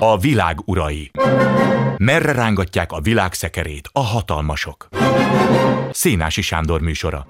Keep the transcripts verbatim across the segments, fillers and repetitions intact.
A világ urai. Merre rángatják a világ szekerét a hatalmasok? Szénási Sándor műsora.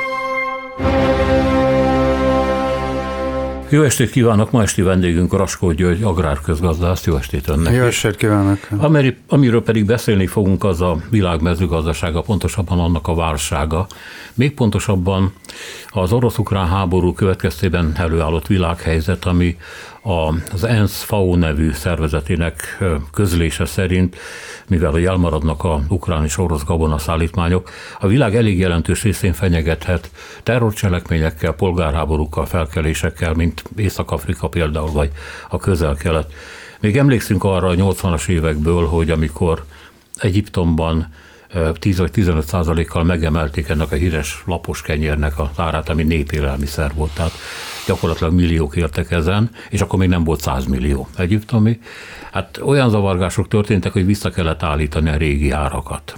Jó estét kívánok! Ma esti vendégünk Raskó György, agrárközgazdász. Jó estét önnek! Jó estét kívánok! Ameri, amiről pedig beszélni fogunk, az a világ mezőgazdasága, pontosabban annak a válsága. Még pontosabban az orosz-ukrán háború következtében előállott világhelyzet, ami az ENSZ ef á o nevű szervezetének közlése szerint, mivel hogy elmaradnak a ukrán és orosz gabonaszállítmányok, a világ elég jelentős részén fenyegethet terrorcselekményekkel, polgárháborúkkal, felkelésekkel, mint Észak-Afrika például, vagy a Közel-Kelet. Még emlékszünk arra a nyolcvanas évekből, hogy amikor Egyiptomban tíz vagy tizenöt százalékkal megemelték ennek a híres lapos kenyérnek az árát, ami népélelmiszer volt, tehát gyakorlatilag milliók éltek ezen, és akkor még nem volt százmillió egyiptomi. Hát olyan zavargások történtek, hogy vissza kellett állítani a régi árakat.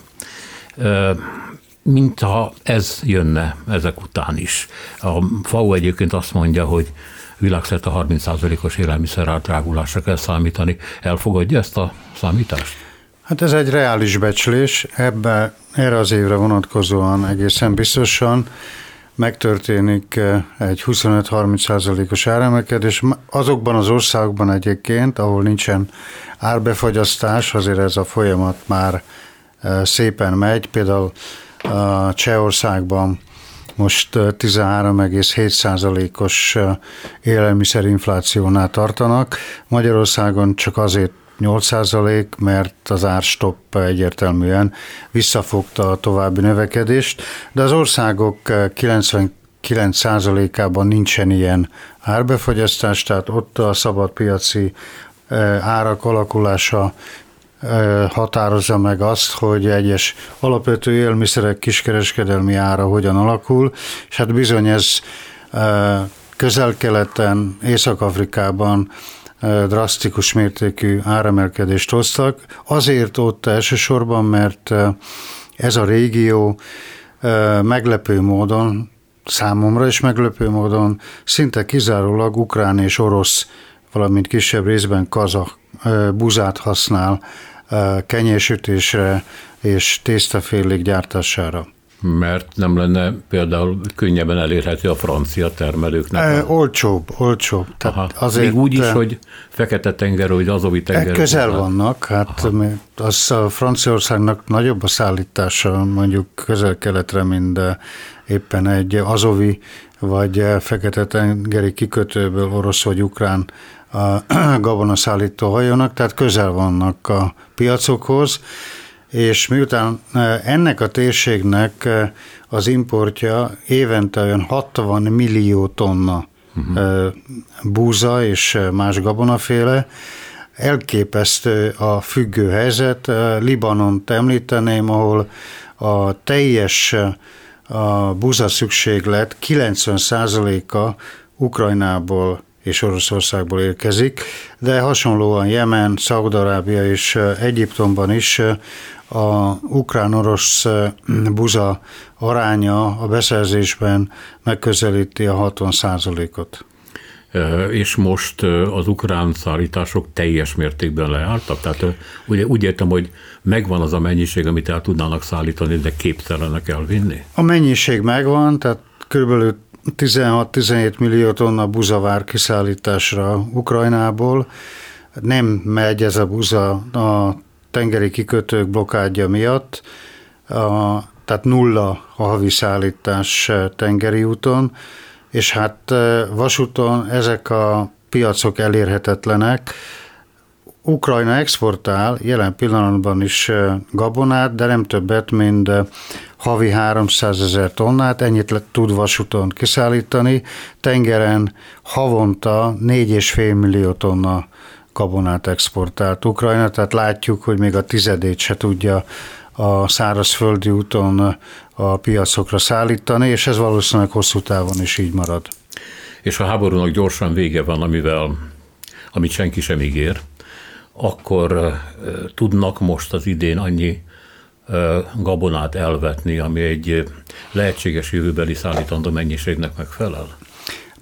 Mintha ez jönne ezek után is. A ef á o egyébként azt mondja, hogy világszerte harminc százalékos élelmiszerár drágulásra kell számítani. Elfogadja ezt a számítást? Hát ez egy reális becslés, ebben erre az évre vonatkozóan egészen biztosan megtörténik egy huszonöt-harminc százalékos áremelkedés. Azokban az országokban egyébként, ahol nincsen árbefagyasztás, azért ez a folyamat már szépen megy. Például Csehországban most tizenhárom egész hét százalékos élelmiszerinflációnál tartanak. Magyarországon csak azért nyolc százalék, mert az árstopp egyértelműen visszafogta a további növekedést, de az országok kilencvenkilenc százalékában nincsen ilyen árbefagyasztás, tehát ott a szabadpiaci árak alakulása határozza meg azt, hogy egyes alapvető élelmiszerek kiskereskedelmi ára hogyan alakul, és hát bizony ez Közel-Keleten, Észak-Afrikában drasztikus mértékű áremelkedést hoztak. Azért ott elsősorban, mert ez a régió meglepő módon, számomra is meglepő módon szinte kizárólag ukrán és orosz, valamint kisebb részben kazah buzát használ kenyérsütésre és tésztafélék gyártására. Mert nem lenne például könnyebben elérhető a francia termelőknek? E, olcsóbb, olcsóbb. Tehát azért, még úgy is, hogy Fekete-tenger, vagy Azovi-tenger. Közel vannak, hát az a Franciaországnak nagyobb a szállítása mondjuk Közel-Keletre, mint éppen egy Azovi vagy Fekete-tengeri kikötőből orosz vagy ukrán gabonaszállító hajónak, tehát közel vannak a piacokhoz, és miután ennek a térségnek az importja évente olyan hatvan millió tonna uh-huh. búza és más gabonaféle, elképesztő a függő helyzet. Libanont említeném, ahol a teljes a búza szükséglet kilencven százaléka Ukrajnából és Oroszországból érkezik, de hasonlóan Jemen, Szaúd-Arábia és Egyiptomban is a ukrán-orosz búza aránya a beszerzésben megközelíti a hatvan százalékot. És most az ukrán szállítások teljes mértékben leálltak? Tehát ugye úgy értem, hogy megvan az a mennyiség, amit el tudnának szállítani, de képtelenek elvinni? A mennyiség megvan, tehát körülbelül tizenhat-tizenhét millió tonna buza vár kiszállításra Ukrajnából. Nem megy ez a buza a tengeri kikötők blokkádja miatt, a, tehát nulla a havi szállítás tengeri úton, és hát vasúton ezek a piacok elérhetetlenek. Ukrajna exportál jelen pillanatban is gabonát, de nem többet, mint havi háromszázezer tonnát, ennyit tud vasúton kiszállítani, tengeren havonta négy és fél millió tonna gabonát exportált Ukrajna, tehát látjuk, hogy még a tizedét se tudja a szárazföldi úton a piacokra szállítani, és ez valószínűleg hosszú távon is így marad. És a háborúnak gyorsan vége van, amivel, amit senki sem ígér, akkor uh, tudnak most az idén annyi uh, gabonát elvetni, ami egy lehetséges jövőbeli szállítandó mennyiségnek megfelel?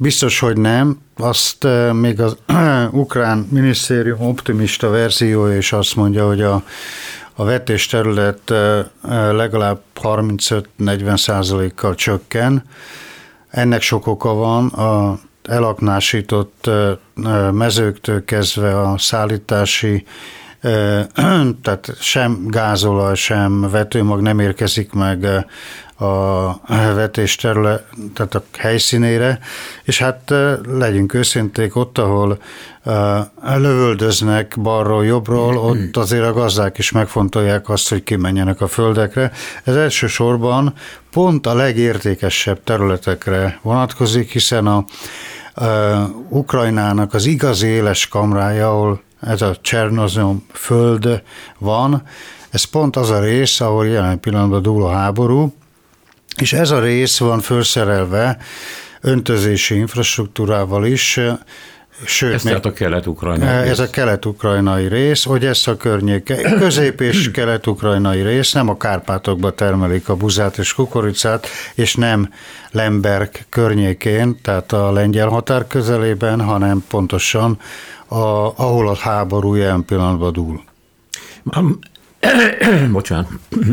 biztos, hogy nem. Azt még az ukrán minisztérium optimista verziója is azt mondja, hogy a, a vetésterület legalább harmincöt-negyven százalékkal csökken. Ennek sok oka van, a elaknásított mezőktől kezdve a szállítási, tehát sem gázolaj, sem vetőmag nem érkezik meg a vetésterület, tehát a helyszínére, és hát legyünk őszinték, ott, ahol lövöldöznek balról, jobbról, ott azért a gazdák is megfontolják azt, hogy kimenjenek a földekre. Ez elsősorban pont a legértékesebb területekre vonatkozik, hiszen a, a Ukrajnának az igazi éles kamrája, ahol ez a Csernozem föld van, ez pont az a rész, ahol jelen pillanatban dúl a háború, és ez a rész van felszerelve öntözési infrastruktúrával is, sőt, ez tehát a kelet-ukrajnai ez rész. a kelet-ukrajnai rész, hogy ezt a környéke, közép- és kelet-ukrajnai rész, nem a Kárpátokba termelik a buzát és kukoricát, és nem Lemberg környékén, tehát a lengyel határ közelében, hanem pontosan a, ahol a háború jelen pillanatban dúl. Bocsánat.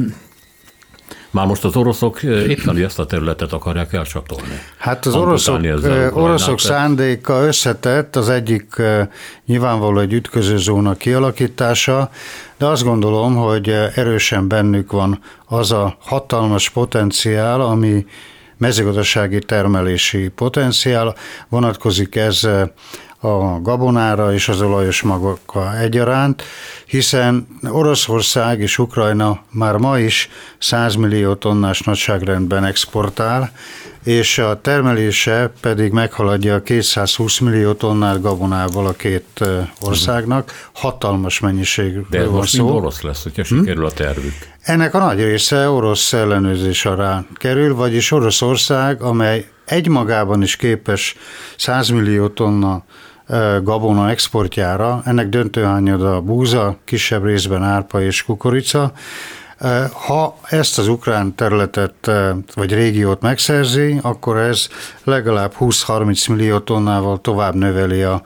Már most az oroszok éppen ezt a területet akarják elcsatolni. Hát az oroszok, oroszok szándéka összetett, az egyik nyilvánvaló egy ütközőzóna kialakítása, de azt gondolom, hogy erősen bennük van az a hatalmas potenciál, ami mezőgazdasági termelési potenciál, vonatkozik ez a gabonára és az olajos magokra egyaránt, hiszen Oroszország és Ukrajna már ma is száz millió tonnás nagyságrendben exportál, és a termelése pedig meghaladja a kétszázhúsz millió tonnát gabonával a két országnak. Hatalmas mennyiségről De ez van most szó. mind orosz lesz, hogyha sikerül a tervük. Ennek a nagy része orosz ellenőrzés alá kerül, vagyis Oroszország, amely egymagában is képes száz millió tonna gabona exportjára, ennek döntő hányada a búza, kisebb részben árpa és kukorica. Ha ezt az ukrán területet vagy régiót megszerzi, akkor ez legalább húsz-harminc millió tonnával tovább növeli a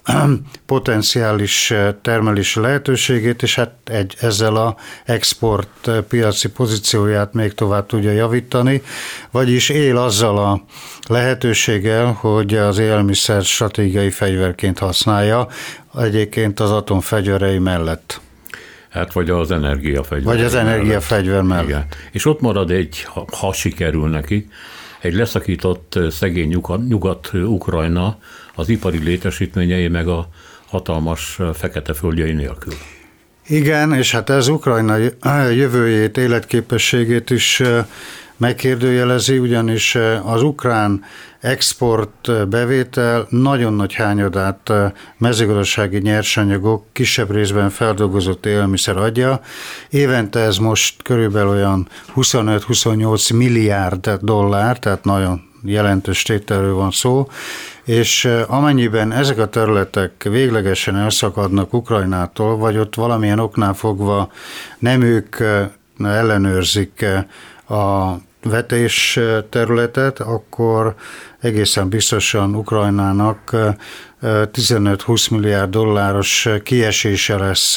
potenciális termelési lehetőségét, és hát egy, ezzel a export piaci pozícióját még tovább tudja javítani, vagyis él azzal a lehetőséggel, hogy az élelmiszer stratégiai fegyverként használja, egyébként az atomfegyverei mellett. Hát vagy az energiafegyver. Vagy az energiafegyver mellett. Igen. És ott marad egy, ha, ha sikerül nekik, egy leszakított szegény Nyugat-Ukrajna az ipari létesítményei meg a hatalmas fekete földjei nélkül. Igen, és hát ez Ukrajna jövőjét, életképességét is megkérdőjelezi, ugyanis az ukrán export bevétel nagyon nagy hányadát mezőgazdasági nyersanyagok, kisebb részben feldolgozott élelmiszer adja. Évente ez most körülbelül olyan huszonöt-huszonnyolc milliárd dollár, tehát nagyon jelentős tételről van szó, és amennyiben ezek a területek véglegesen elszakadnak Ukrajnától, vagy ott valamilyen oknál fogva nem ők ellenőrzik a vetés területet, akkor egészen biztosan Ukrajnának tizenöt-húsz milliárd dolláros kiesése lesz,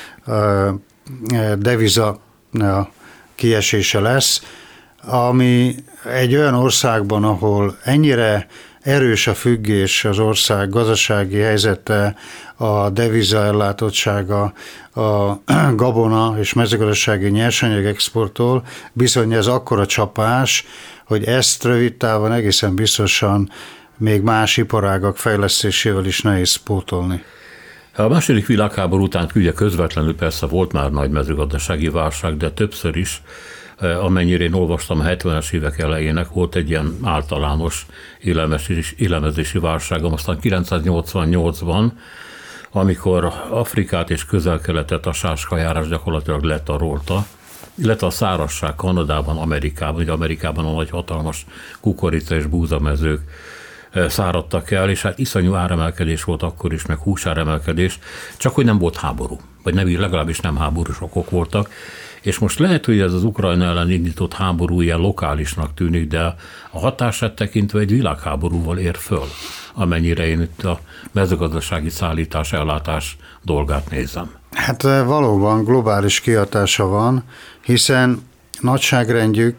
deviza kiesése lesz, ami egy olyan országban, ahol ennyire erős a függés az ország gazdasági helyzete, a deviza ellátottsága, a gabona és mezőgazdasági nyersanyag exporttól, bizony ez akkora csapás, hogy ezt rövid távon egészen biztosan még más iparágak fejlesztésével is nehéz pótolni. A második világháború után ugye közvetlenül persze volt már nagy mezőgazdasági válság, de többször is, amennyire én olvastam, a hetvenes évek elejének volt egy ilyen általános élelmezési válságom, aztán kilencszáznyolcvannyolcban, amikor Afrikát és Közel-Keletet a sárskajárás gyakorlatilag letarolta, illetve a szárazság Kanadában, Amerikában, ugye Amerikában a nagy hatalmas kukorica és búzamezők száradtak el, és hát iszonyú áremelkedés volt akkor is, meg húsáremelkedés, csak hogy nem volt háború, vagy nem, legalábbis nem háborús okok voltak, És most lehet, hogy ez az Ukrajna ellen indított háború ilyen lokálisnak tűnik, de a hatását tekintve egy világháborúval ér föl, amennyire én itt a mezőgazdasági szállítás, ellátás dolgát nézem. Hát valóban globális kihatása van, hiszen nagyságrendjük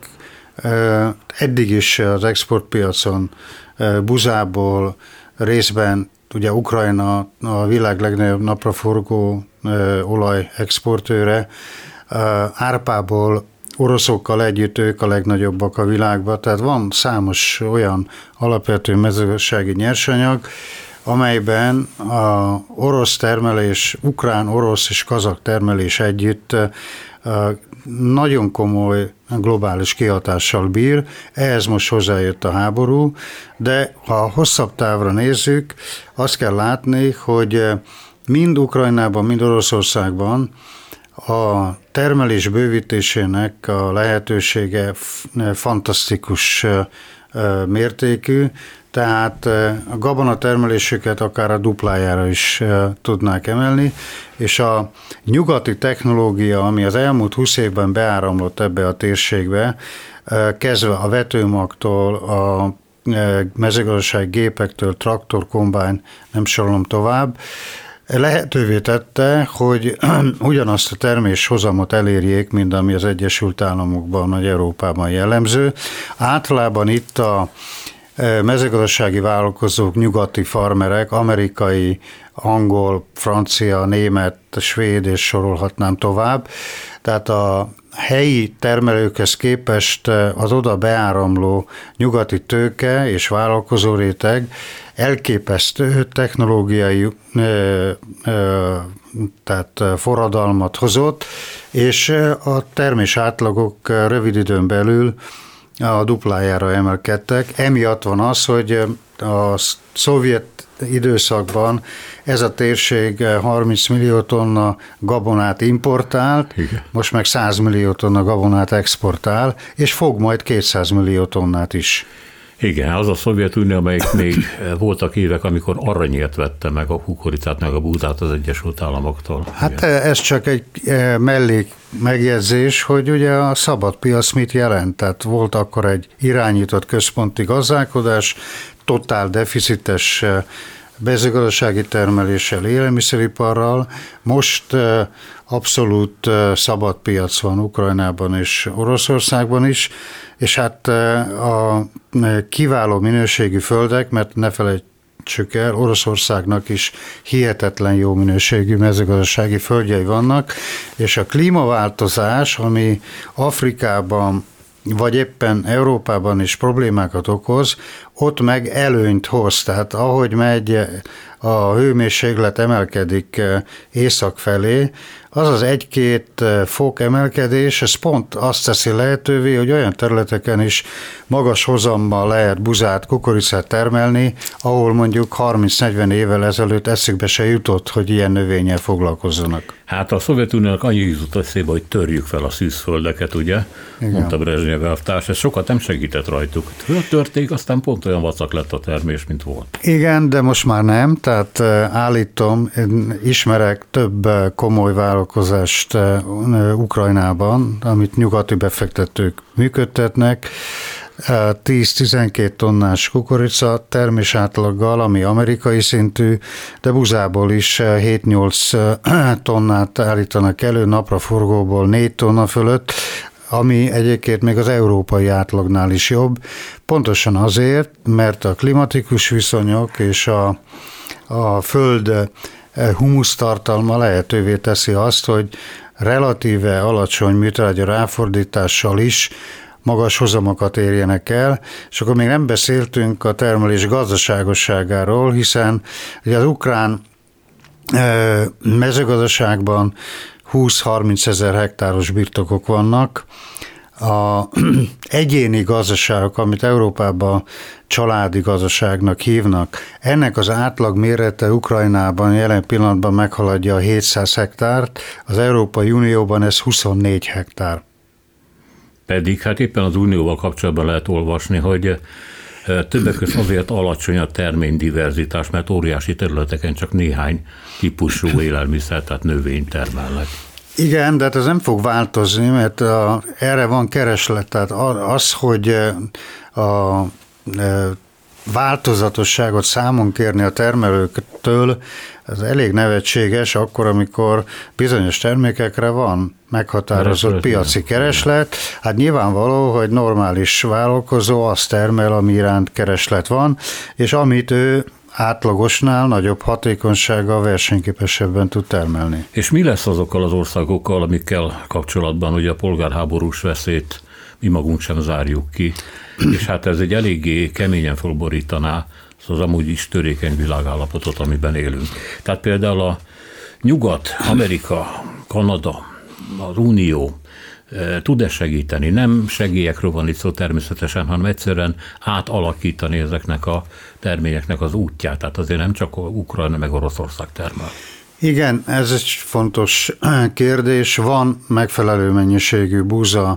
eddig is az exportpiacon buzából részben, ugye Ukrajna a világ legnagyobb napraforgó olaj exportőre, árpából oroszokkal együtt ők a legnagyobbak a világban, tehát van számos olyan alapvető mezőgazdasági nyersanyag, amelyben a orosz termelés, ukrán, orosz és kazak termelés együtt nagyon komoly globális kihatással bír, ehhez most hozzájött a háború, de ha hosszabb távra nézzük, azt kell látni, hogy mind Ukrajnában, mind Oroszországban a termelés bővítésének a lehetősége fantasztikus mértékű, tehát a gabonatermelésüket akár a duplájára is tudnák emelni, és a nyugati technológia, ami az elmúlt húsz évben beáramlott ebbe a térségbe, kezdve a vetőmagtól, a mezőgazdasági gépektől, traktor, kombány, nem sorolom tovább, lehetővé tette, hogy ugyanazt a terméshozamot elérjék, mint ami az Egyesült Államokban, vagy Európában jellemző. Általában itt a mezőgazdasági vállalkozók, nyugati farmerek, amerikai, angol, francia, német, svéd és sorolhatnám tovább. Tehát a helyi termelőkhez képest az oda beáramló nyugati tőke és vállalkozó réteg elképesztő technológiai ö, ö, tehát forradalmat hozott, és a termés átlagok rövid időn belül a duplájára emelkedtek. Emiatt van az, hogy a szovjet időszakban ez a térség harminc millió tonna gabonát importált, igen. Most meg száz millió tonna gabonát exportál, és fog majd kétszáz millió tonnát is. Igen, az a Szovjetunió, amelyik még voltak évek, amikor aranyért vette meg a kukoricát, meg a búzát az Egyesült Államoktól. Hát igen. Ez csak egy mellék megjegyzés, hogy ugye a szabad piac mit jelent. Tehát volt akkor egy irányított központi gazdálkodás, totál deficites mezőgazdasági termeléssel, élelmiszeriparral. Most abszolút szabad piac van Ukrajnában és Oroszországban is, és hát a kiváló minőségű földek, mert ne felejtsük el, Oroszországnak is hihetetlen jó minőségű mezőgazdasági földjei vannak, és a klímaváltozás, ami Afrikában vagy éppen Európában is problémákat okoz, ott meg előnyt hoz. Tehát ahogy megy a hőmérséklet emelkedik észak felé, az az egy-két fok emelkedés, ez pont azt teszi lehetővé, hogy olyan területeken is magas hozammal lehet buzát, kukoricát termelni, ahol mondjuk harminc-negyven évvel ezelőtt eszükbe se jutott, hogy ilyen növényel foglalkozzanak. Hát a Szovjetuniónak annyi jutott eszébe, hogy törjük fel a szűzföldeket, ugye? Igen. Mondta Brezsnyev elvtárs, ez sokat nem segített rajtuk. Föltörték, aztán pont olyan vacak lett a termés, mint volt. Igen, de most már nem, tehát állítom, ismerek több komoly vállalkozást Ukrajnában, amit nyugati befektetők működtetnek, tíz-tizenkét tonnás kukorica termés átlaggal, ami amerikai szintű, de buzából is hét-nyolc tonnát állítanak elő, napraforgóból négy tonna fölött, ami egyébként még az európai átlagnál is jobb, pontosan azért, mert a klimatikus viszonyok és a, a föld humusztartalma lehetővé teszi azt, hogy relatíve alacsony műtrágya ráfordítással is magas hozamokat érjenek el, és akkor még nem beszéltünk a termelés gazdaságosságáról, hiszen ugye az ukrán mezőgazdaságban húsz-harminc ezer hektáros birtokok vannak. A egyéni gazdaságok, amit Európában családi gazdaságnak hívnak, ennek az átlag mérete Ukrajnában jelen pillanatban meghaladja a hétszáz hektárt, az Európai Unióban ez huszonnégy hektár. Pedig hát éppen az unióval kapcsolatban lehet olvasni, hogy többek között azért alacsony a terménydiverzitás, mert óriási területeken csak néhány típusú élelmiszer, tehát növényt termelnek. Igen, de hát ez nem fog változni, mert a, erre van kereslet. Tehát az, hogy a változatosságot számon kérni a termelőktől, ez elég nevetséges akkor, amikor bizonyos termékekre van meghatározott piaci kereslet. Hát nyilvánvaló, hogy normális vállalkozó azt termel, ami iránt kereslet van, és amit ő átlagosnál nagyobb hatékonysággal versenyképesebben tud termelni. És mi lesz azokkal az országokkal, amikkel kapcsolatban ugye a polgárháborús veszélyt mi magunk sem zárjuk ki, és hát ez egy eléggé keményen felborítaná az amúgy is törékeny világállapotot, amiben élünk. Tehát például a Nyugat, Amerika, Kanada, az Unió tud-e segíteni? Nem segélyekről van itt szó természetesen, hanem egyszerűen átalakítani ezeknek a terményeknek az útját. Tehát azért nem csak Ukrajna meg Oroszország termel. Igen, ez egy fontos kérdés. Van megfelelő mennyiségű búza,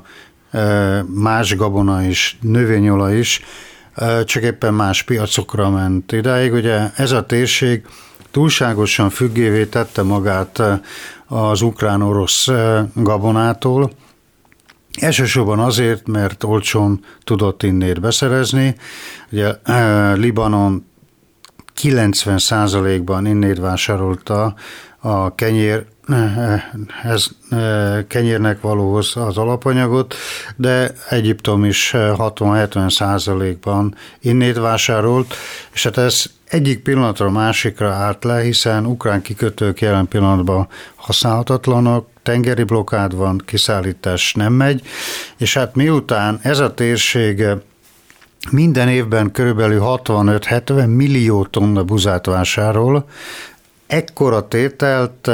más gabona is, növényolaj is, csak éppen más piacokra ment idáig. Ugye ez a térség túlságosan függévé tette magát az ukrán-orosz gabonától, elsősorban azért, mert olcsón tudott innét beszerezni. Ugye Libanon kilencven százalékban innét vásárolta a kenyér, ez kenyérnek valóhoz az alapanyagot, de Egyiptom is hatvan-hetven százalékban innét vásárolt, és hát ez egyik pillanatra másikra állt le, hiszen ukrán kikötők jelen pillanatban használhatatlanok, tengeri blokkád van, kiszállítás nem megy, és hát miután ez a térség minden évben körülbelül hatvanöt-hetven millió tonna buzát vásárol, ekkora tételt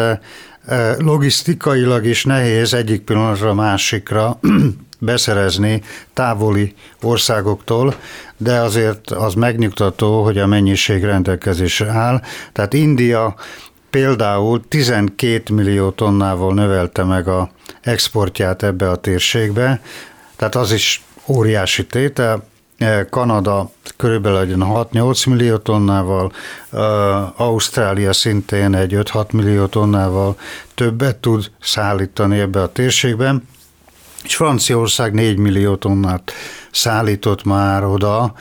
logisztikailag is nehéz egyik pillanatra a másikra beszerezni távoli országoktól, de azért az megnyugtató, hogy a mennyiség rendelkezésre áll. Tehát India például tizenkét millió tonnával növelte meg a exportját ebbe a térségbe, tehát az is óriási tétel. Kanada körülbelül hat-nyolc millió tonnával, Ausztrália szintén egy öt-hat millió tonnával többet tud szállítani ebbe a térségben, és Franciaország négy millió tonnát szállított már oda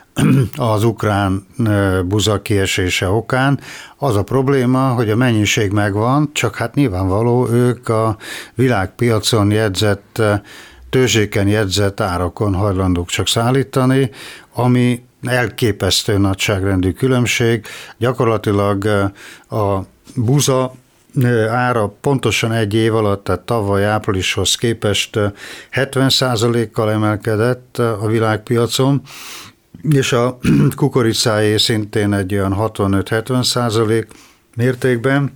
az ukrán buza kiesése okán. Az a probléma, hogy a mennyiség megvan, csak hát nyilvánvaló ők a világpiacon jegyzett tőzséken jegyzett árakon hajlandók csak szállítani, ami elképesztő nagyságrendű különbség. Gyakorlatilag a buza ára pontosan egy év alatt, tehát tavaly áprilishoz képest hetven százalékkal emelkedett a világpiacon, és a kukoricáé szintén egy olyan hatvanöt-hetven százalék mértékben,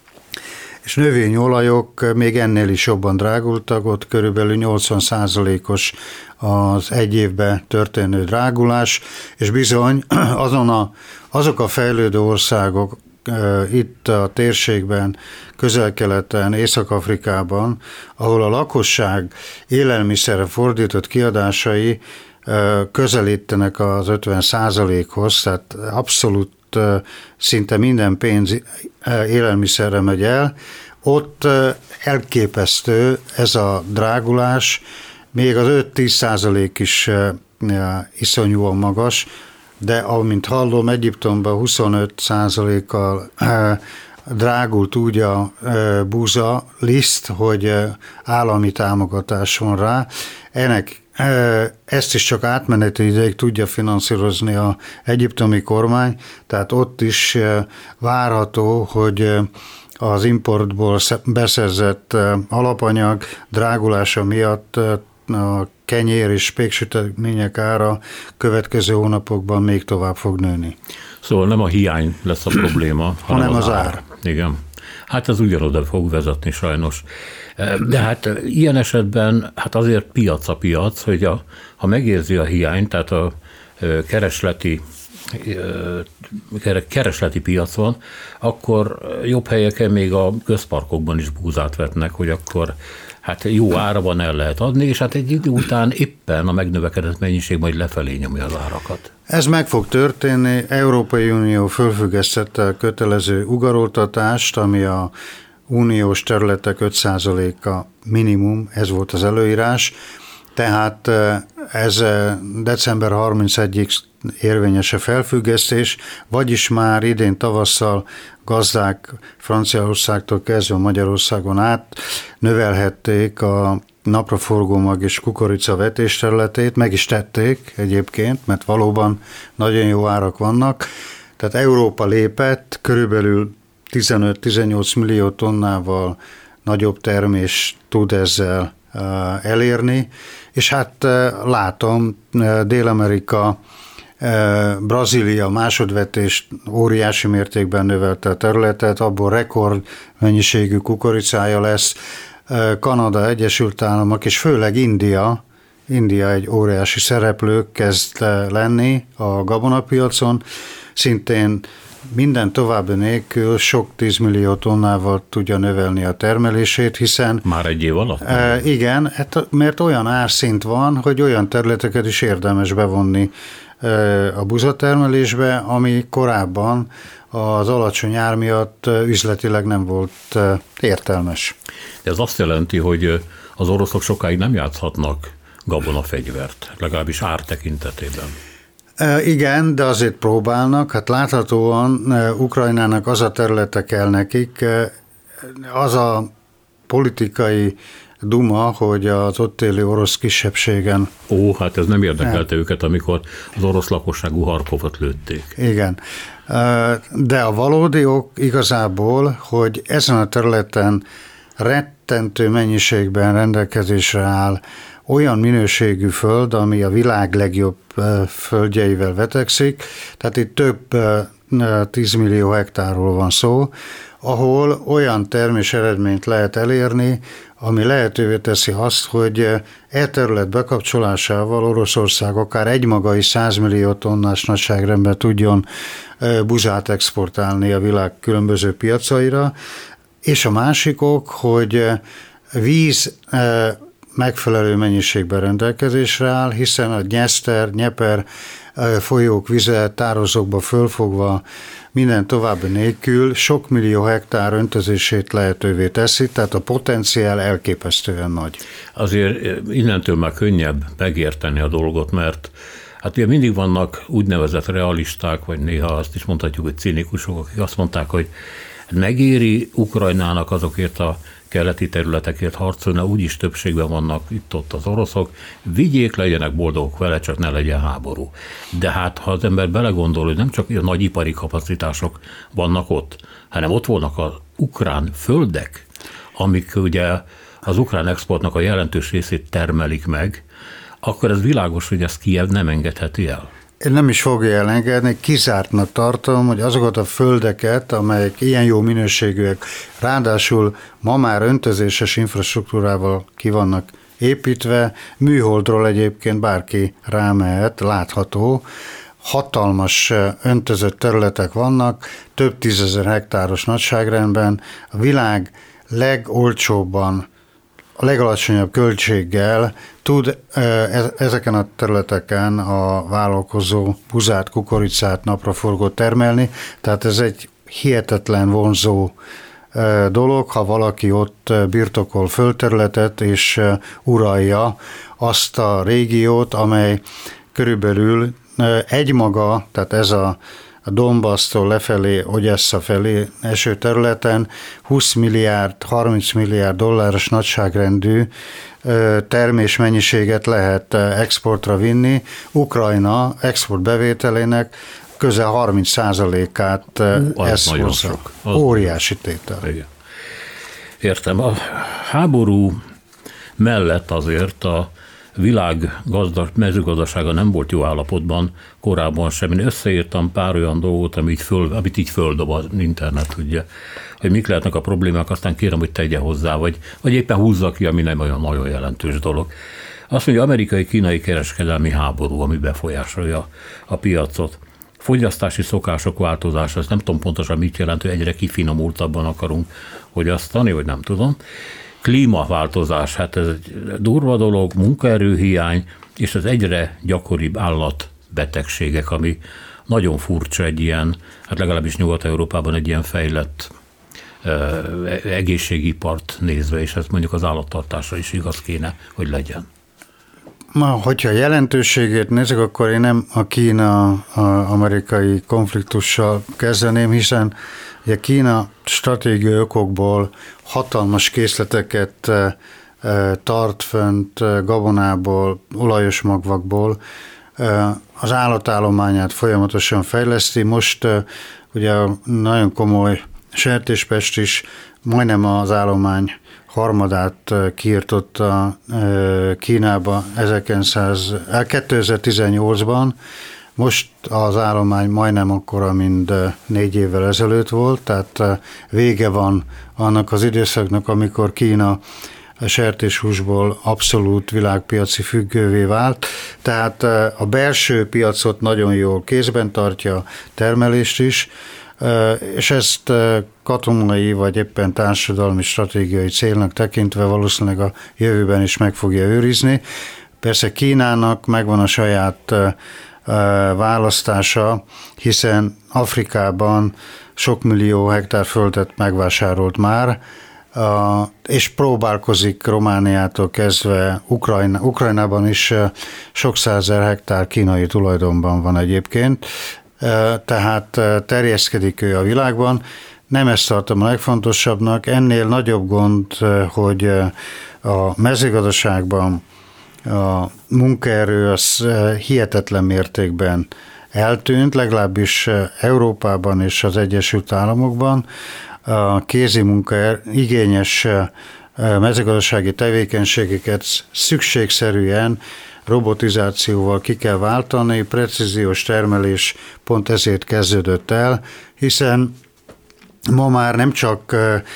és növényolajok még ennél is jobban drágultak, ott körülbelül nyolcvan százalékos az egy évben történő drágulás, és bizony azon a, azok a fejlődő országok itt a térségben, Közel-Keleten, Észak-Afrikában, ahol a lakosság élelmiszerre fordított kiadásai közelítenek az ötven százalékhoz, tehát abszolút szinte minden pénz élelmiszerre megy el, ott elképesztő ez a drágulás, még az öt-tíz százalék is iszonyúan magas, de amint hallom, Egyiptomban huszonöt százalékkal drágult úgy a búza liszt, hogy állami támogatás van rá. Ennek ezt is csak átmeneti ideig tudja finanszírozni az egyiptomi kormány, tehát ott is várható, hogy az importból beszerzett alapanyag drágulása miatt a kenyér és péksütemények ára következő hónapokban még tovább fog nőni. Szóval nem a hiány lesz a probléma, hanem, hanem az, az ár. ár. Igen. Hát ez ugyanoda fog vezetni sajnos. De hát ilyen esetben hát azért piac a piac, hogy a, ha megérzi a hiányt, tehát a keresleti, keresleti piac van, akkor jobb helyeken még a közparkokban is búzát vetnek, hogy akkor hát jó áraban el lehet adni, és hát egy idő után éppen a megnövekedett mennyiség majd lefelé nyomja az árakat. Ez meg fog történni. Európai Unió fölfüggesztette a kötelező ugaroltatást, ami a uniós területek öt százaléka minimum, ez volt az előírás, tehát ez december harmincegyedikéig érvényes a felfüggesztés, vagyis már idén tavasszal gazdák Franciaországtól kezdve Magyarországon át növelhették a napraforgó mag és kukorica vetésterületét, meg is tették egyébként, mert valóban nagyon jó árak vannak. Tehát Európa lépett, körülbelül tizenöt-tizennyolc millió tonnával nagyobb termés tud ezzel elérni, és hát látom, Dél-Amerika, Brazília másodvetést óriási mértékben növelte a területet, abból rekord mennyiségű kukoricája lesz, Kanada, Egyesült Államok és főleg India, India egy óriási szereplő kezd lenni a gabonapiacon, szintén minden további nélkül sok tízmillió tonnával tudja növelni a termelését, hiszen... Már egy év alatt? E, igen, hát, mert olyan árszint van, hogy olyan területeket is érdemes bevonni e, a buzatermelésbe, ami korábban az alacsony ár miatt üzletileg nem volt e, értelmes. Ez azt jelenti, hogy az oroszok sokáig nem játszhatnak gabonafegyvert, legalábbis ár tekintetében. Igen, de azért próbálnak. Hát láthatóan Ukrajnának az a területe kell nekik, az a politikai duma, hogy az ott élő orosz kisebbségen... Ó, hát ez nem érdekelte nem. őket, amikor az orosz lakosságú Harkovot lőtték. Igen, de a valódi ok igazából, hogy ezen a területen rettentő mennyiségben rendelkezésre áll olyan minőségű föld, ami a világ legjobb földjeivel vetekszik, tehát itt több tízmillió hektárról van szó, ahol olyan termés eredményt lehet elérni, ami lehetővé teszi azt, hogy e terület bekapcsolásával Oroszország akár egymaga is száz millió tonnás nagyságrendben tudjon buzát exportálni a világ különböző piacaira, és a másik ok, hogy víz megfelelő mennyiségben rendelkezésre áll, hiszen a Dnyeszter, Dnyeper folyók vize tározókba fölfogva minden további nélkül sok millió hektár öntözését lehetővé teszi, tehát a potenciál elképesztően nagy. Azért innentől már könnyebb megérteni a dolgot, mert hát ugye mindig vannak úgynevezett realisták, vagy néha azt is mondhatjuk, hogy cinikusok, akik azt mondták, hogy megéri Ukrajnának azokért a keleti területekért harcolni, úgyis többségben vannak itt-ott az oroszok, vigyék, legyenek boldogok vele, csak ne legyen háború. De hát, ha az ember belegondol, hogy nem csak a nagyipari kapacitások vannak ott, hanem ott vannak az ukrán földek, amik ugye az ukrán exportnak a jelentős részét termelik meg, akkor ez világos, hogy ezt Kijev nem engedheti el. Én nem is fogja elengedni, kizártnak tartom, hogy azokat a földeket, amelyek ilyen jó minőségűek, ráadásul ma már öntözéses infrastruktúrával ki vannak építve, műholdról egyébként bárki rámehet, látható, hatalmas öntözött területek vannak, több tízezer hektáros nagyságrendben, a világ legolcsóbban, a legalacsonyabb költséggel tud ezeken a területeken a vállalkozó buzát, kukoricát, napraforgót termelni, tehát ez egy hihetetlen vonzó dolog, ha valaki ott birtokol földterületet és uralja azt a régiót, amely körülbelül egymaga, tehát ez a a Donbassztól lefelé, Ogyessa felé eső területen húsz milliárd, harminc milliárd dolláros nagyságrendű termésmennyiséget lehet exportra vinni. Ukrajna exportbevételének közel harminc százalékát ez hozza. Óriási tétel. Igen. Értem. A háború mellett azért a világ gazdas, mezőgazdasága nem volt jó állapotban korábban sem. Én összeírtam pár olyan dolgot, amit, föl, amit így földob az internet, ugye, hogy mik lehetnek a problémák, aztán kérem, hogy tegye hozzá, vagy, vagy éppen húzza ki, ami nem olyan nagyon jelentős dolog. Azt mondja, amerikai-kínai kereskedelmi háború, ami befolyásolja a piacot. Fogyasztási szokások változása, ezt nem tudom pontosan mit jelent, hogy egyre kifinomultabban akarunk fogyasztani, vagy nem tudom. Klímaváltozás, hát ez egy durva dolog, munkaerőhiány, és az egyre gyakoribb állatbetegségek, ami nagyon furcsa egy ilyen, hát legalábbis Nyugat-Európában egy ilyen fejlett egészségipart nézve, és ez mondjuk az állattartásra is igaz kéne, hogy legyen. Ma, hogyha jelentőségét nézzük, akkor én nem a Kína-amerikai konfliktussal kezdeném, hiszen ugye Kína stratégiai okokból hatalmas készleteket tart fönt gabonából, olajos magvakból, az állatállományát folyamatosan fejleszti. Most ugye nagyon komoly sertéspest is majdnem az állomány harmadát kiirtotta Kínába kétezer-tizennyolcban. Most az állomány majdnem akkora, mint négy évvel ezelőtt volt, tehát vége van annak az időszaknak, amikor Kína a sertéshúsból abszolút világpiaci függővé vált, tehát a belső piacot nagyon jól kézben tartja, termelést is, és ezt katonai vagy éppen társadalmi stratégiai célnak tekintve valószínűleg a jövőben is meg fogja őrizni. Persze Kínának megvan a saját választása, hiszen Afrikában sok millió hektár földet megvásárolt már, és próbálkozik Romániától kezdve Ukrajna, Ukrajnában is sok százezer hektár kínai tulajdonban van egyébként, tehát terjeszkedik ő a világban. Nem ezt tartom a legfontosabbnak, ennél nagyobb gond, hogy a mezőgazdaságban a munkaerő az hihetetlen mértékben eltűnt, legalábbis Európában és az Egyesült Államokban. A kézi munka igényes mezőgazdasági tevékenységeket szükségszerűen robotizációval ki kell váltani, precíziós termelés pont ezért kezdődött el, hiszen ma már nem csak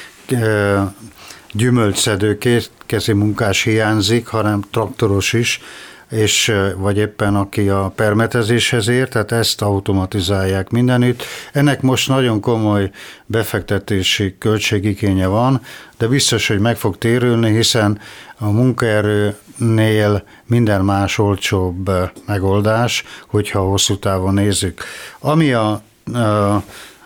gyümölcsszedő kétkezi munkás hiányzik, hanem traktoros is, és vagy éppen aki a permetezéshez ér, tehát ezt automatizálják mindenütt. Ennek most nagyon komoly befektetési költségigénye van, de biztos, hogy meg fog térülni, hiszen a munkaerőnél minden más olcsóbb megoldás, hogyha hosszú távon nézzük. Ami a, a, a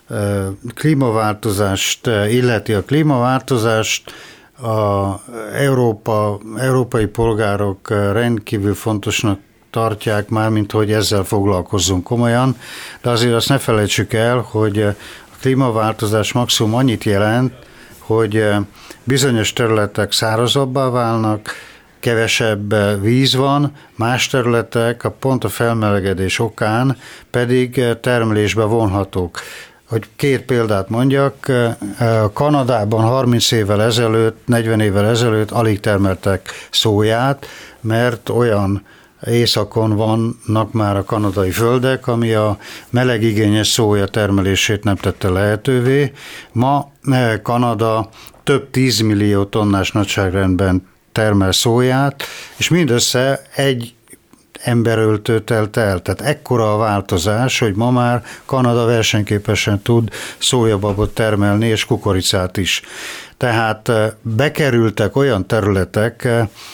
klímaváltozást illeti, a klímaváltozást a Európa, európai polgárok rendkívül fontosnak tartják már, mint hogy ezzel foglalkozzunk komolyan, de azért azt ne felejtsük el, hogy a klímaváltozás maximum annyit jelent, hogy bizonyos területek szárazabbá válnak, kevesebb víz van, más területek a pont a felmelegedés okán pedig termelésbe vonhatók. Hogy két példát mondjak, Kanadában harminc évvel ezelőtt, negyven évvel ezelőtt alig termeltek szóját, mert olyan északon vannak már a kanadai földek, ami a melegigényes szója termelését nem tette lehetővé. Ma Kanada több tízmillió tonnás nagyságrendben termel szóját, és mindössze egy emberöltő telt el. Tehát ekkora a változás, hogy ma már Kanada versenyképesen tud szójababot termelni, és kukoricát is. Tehát bekerültek olyan területek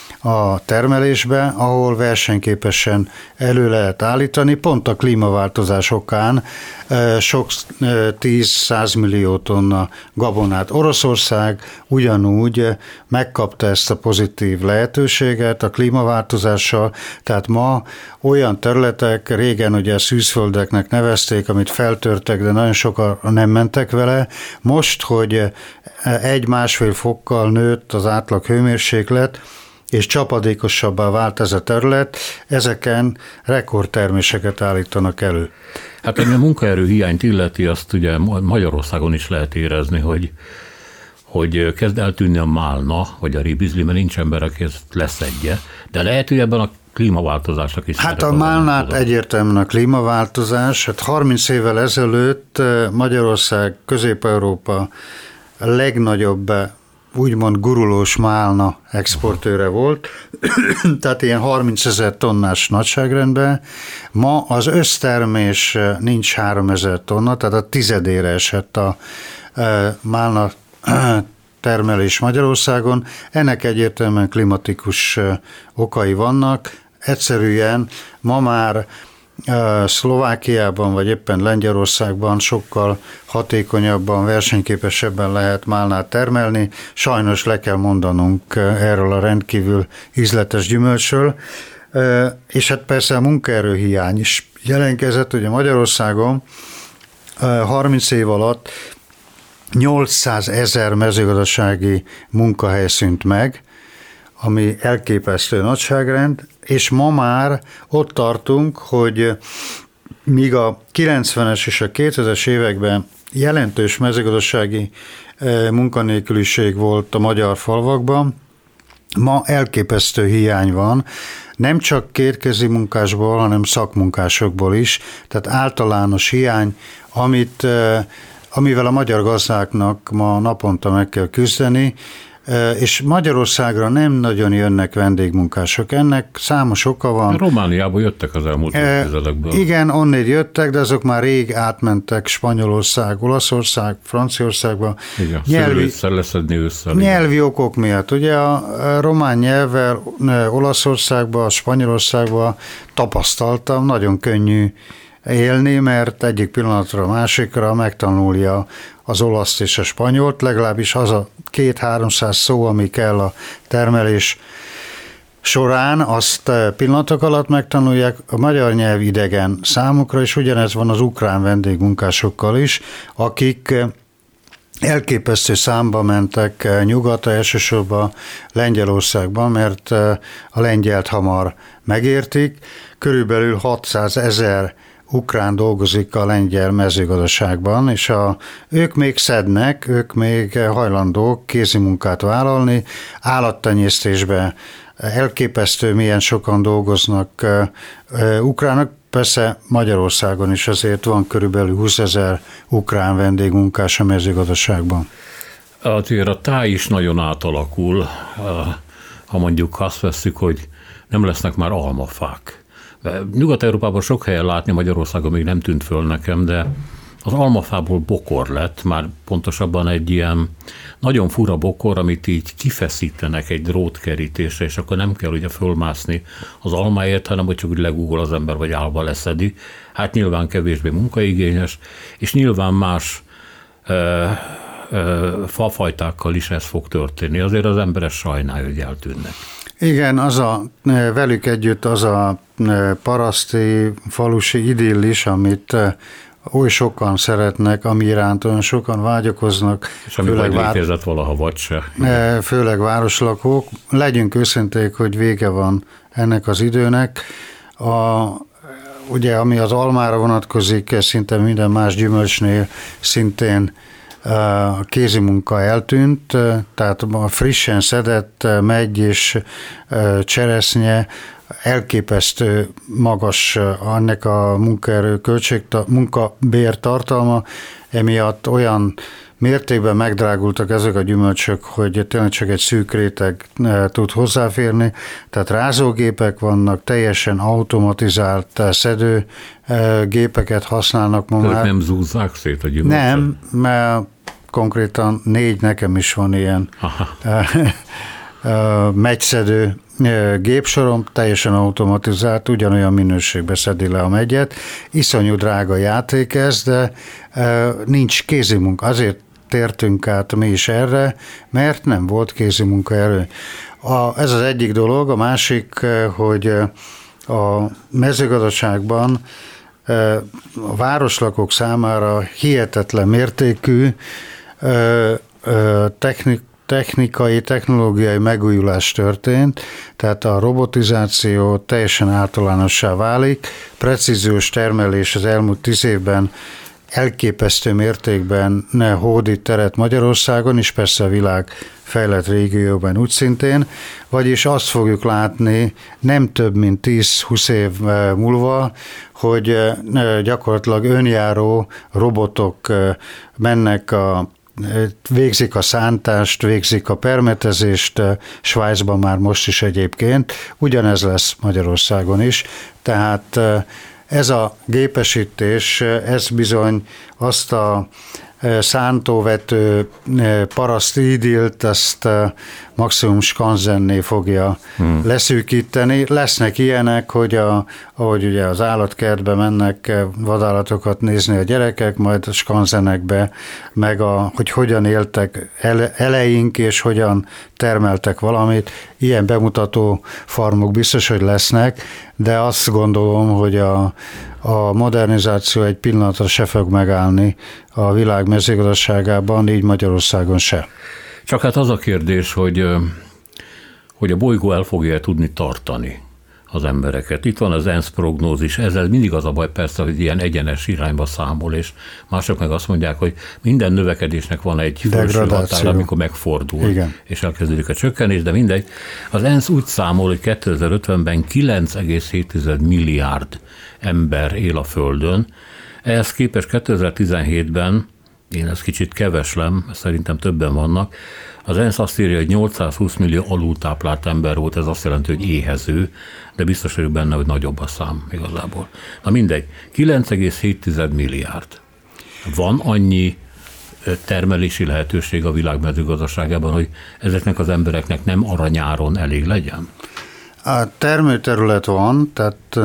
a termelésbe, ahol versenyképesen elő lehet állítani, pont a klímaváltozás okán sok tíz-száz millió tonna gabonát. Oroszország ugyanúgy megkapta ezt a pozitív lehetőséget a klímaváltozással, tehát ma olyan területek, régen ugye szűzföldeknek nevezték, amit feltörtek, de nagyon sokan nem mentek vele. Most, hogy egy-másfél fokkal nőtt az átlag hőmérséklet, és csapadékosabbá vált ez a terület, ezeken rekordterméseket állítanak elő. Hát ami a munkaerő hiányt illeti, azt ugye Magyarországon is lehet érezni, hogy, hogy kezd eltűnni a málna, vagy a ribizli, mert nincs ember, aki ezt leszedje, de lehet, hogy ebben a klímaváltozásnak is. Hát a málnát egyértelműen a klímaváltozás. Hát harminc évvel ezelőtt Magyarország, Közép-Európa a legnagyobb úgymond gurulós málna exportőre volt, tehát ilyen harmincezer tonnás nagyságrendben. Ma az össztermés nincs háromezer tonna, tehát a tizedére esett a málna termelés Magyarországon. Ennek egyértelműen klimatikus okai vannak. Egyszerűen ma már Szlovákiában vagy éppen Lengyelországban sokkal hatékonyabban, versenyképesebben lehet málnát termelni. Sajnos le kell mondanunk erről a rendkívül ízletes gyümölcsről. És hát persze a munkaerőhiány is jelentkezett, ugye Magyarországon harminc év alatt nyolcszázezer mezőgazdasági munkahely szűnt meg, ami elképesztő nagyságrend, és ma már ott tartunk, hogy míg a kilencvenes és a kétezres években jelentős mezőgazdasági munkanélküliség volt a magyar falvakban, ma elképesztő hiány van, nem csak kétkezi munkásból, hanem szakmunkásokból is, tehát általános hiány, amit, amivel a magyar gazdáknak ma naponta meg kell küzdeni, és Magyarországra nem nagyon jönnek vendégmunkások. Ennek számos oka van. Romániából jöttek az elmúlt évtizedekből. Igen, onnét jöttek, de azok már rég átmentek Spanyolország, Olaszország, Franciaországba. Igen, nyelvi, leszedni ősszel. Nyelvi okok miatt. Ugye a román nyelvvel Olaszországba, Spanyolországba tapasztaltam, nagyon könnyű élni, mert egyik pillanatra a másikra megtanulja az olaszt és a spanyolt, legalábbis az a két-háromszáz szó, ami kell a termelés során, azt pillanatok alatt megtanulják. A magyar nyelv idegen számukra, és ugyanez van az ukrán vendégmunkásokkal is, akik elképesztő számba mentek nyugatra, elsősorban Lengyelországban, mert a lengyelt hamar megértik. Körülbelül hatszázezer ukrán dolgozik a lengyel mezőgazdaságban, és a, ők még szednek, ők még hajlandók kézimunkát vállalni, állattenyésztésben elképesztő, milyen sokan dolgoznak uh, ukránok, persze Magyarországon is azért van körülbelül húszezer ukrán vendégmunkás a mezőgazdaságban. Azért a táj is nagyon átalakul, ha mondjuk azt vesszük, hogy nem lesznek már almafák. Nyugat-Európában sok helyen látni, Magyarországon még nem tűnt föl nekem, de az almafából bokor lett, már pontosabban egy ilyen nagyon fura bokor, amit így kifeszítenek egy drótkerítésre, és akkor nem kell ugye fölmászni az almáért, hanem hogy csak úgy legúgol az ember, vagy állva leszedi. Hát nyilván kevésbé munkaigényes, és nyilván más ö, ö, fafajtákkal is ez fog történni. Azért az ember ezt sajnálja, hogy eltűnnek. Igen, az a, velük együtt az a paraszti, falusi idillis, amit oly sokan szeretnek, ami iránt olyan sokan vágyakoznak. És ami vagy létezett valaha, vagy se. Főleg városlakók. Legyünk őszinték, hogy vége van ennek az időnek. A, ugye, ami az almára vonatkozik, szinte minden más gyümölcsnél szintén a kézimunka eltűnt, tehát a frissen szedett megy és cseresznye elképesztő magas ennek a munkaerő költség, munkabér tartalma, emiatt olyan mértékben megdrágultak ezek a gyümölcsök, hogy tényleg csak egy szűk réteg tud hozzáférni, tehát rázógépek vannak, teljesen automatizált szedőgépeket használnak ma már. Nem zúzzák szét a gyümölcsöt? Nem, mert konkrétan négy, nekem is van ilyen megyszedő gépsorom, teljesen automatizált, ugyanolyan minőségbe szedi le a megyet. Iszonyú drága játék ez, de nincs kézimunka. Azért tértünk át mi is erre, mert nem volt kézimunkaerő. A, ez az egyik dolog, a másik, hogy a mezőgazdaságban a városlakók számára hihetetlen mértékű technik, technikai, technológiai megújulás történt, tehát a robotizáció teljesen általánossá válik, precíziós termelés az elmúlt tíz évben elképesztő mértékben hódít teret Magyarországon, és persze a világ fejlett régióban úgy szintén, vagyis azt fogjuk látni nem több mint tíz-húsz év múlva, hogy gyakorlatilag önjáró robotok mennek a végzik a szántást, végzik a permetezést, Svájcban már most is egyébként, ugyanez lesz Magyarországon is, tehát ez a gépesítés, ez bizony azt a szántóvető paraszt idilt, azt maximum skanzenné fogja hmm. leszűkíteni. Lesznek ilyenek, hogy a, ahogy ugye az állatkertbe mennek vadállatokat nézni a gyerekek, majd a skanzenekbe, meg a, hogy hogyan éltek ele, eleink, és hogyan termeltek valamit. Ilyen bemutató farmok biztos, hogy lesznek, de azt gondolom, hogy a, a modernizáció egy pillanatra se fog megállni a világ mezőgazdaságában, így Magyarországon se. Csak hát az a kérdés, hogy, hogy a bolygó el fogja tudni tartani az embereket. Itt van az ENSZ prognózis, ezzel mindig az a baj persze, hogy ilyen egyenes irányba számol, és mások meg azt mondják, hogy minden növekedésnek van egy felső határ, amikor megfordul, igen, és elkezdődik a csökkenés, de mindegy. Az ENSZ úgy számol, hogy kétezer-ötvenben kilenc egész hét milliárd ember él a Földön, ehhez képest kétezer-tizenhétben, én ezt kicsit keveslem, szerintem többen vannak, az ENSZ azt írja, hogy nyolcszázhúsz millió alultáplált ember volt, ez azt jelenti, hogy éhező, de biztos vagyok benne, hogy nagyobb a szám igazából. Na mindegy, kilenc egész hét milliárd. Van annyi termelési lehetőség a világ mezőgazdaságában, hogy ezeknek az embereknek nem aranyáron elég legyen? A termőterület van, tehát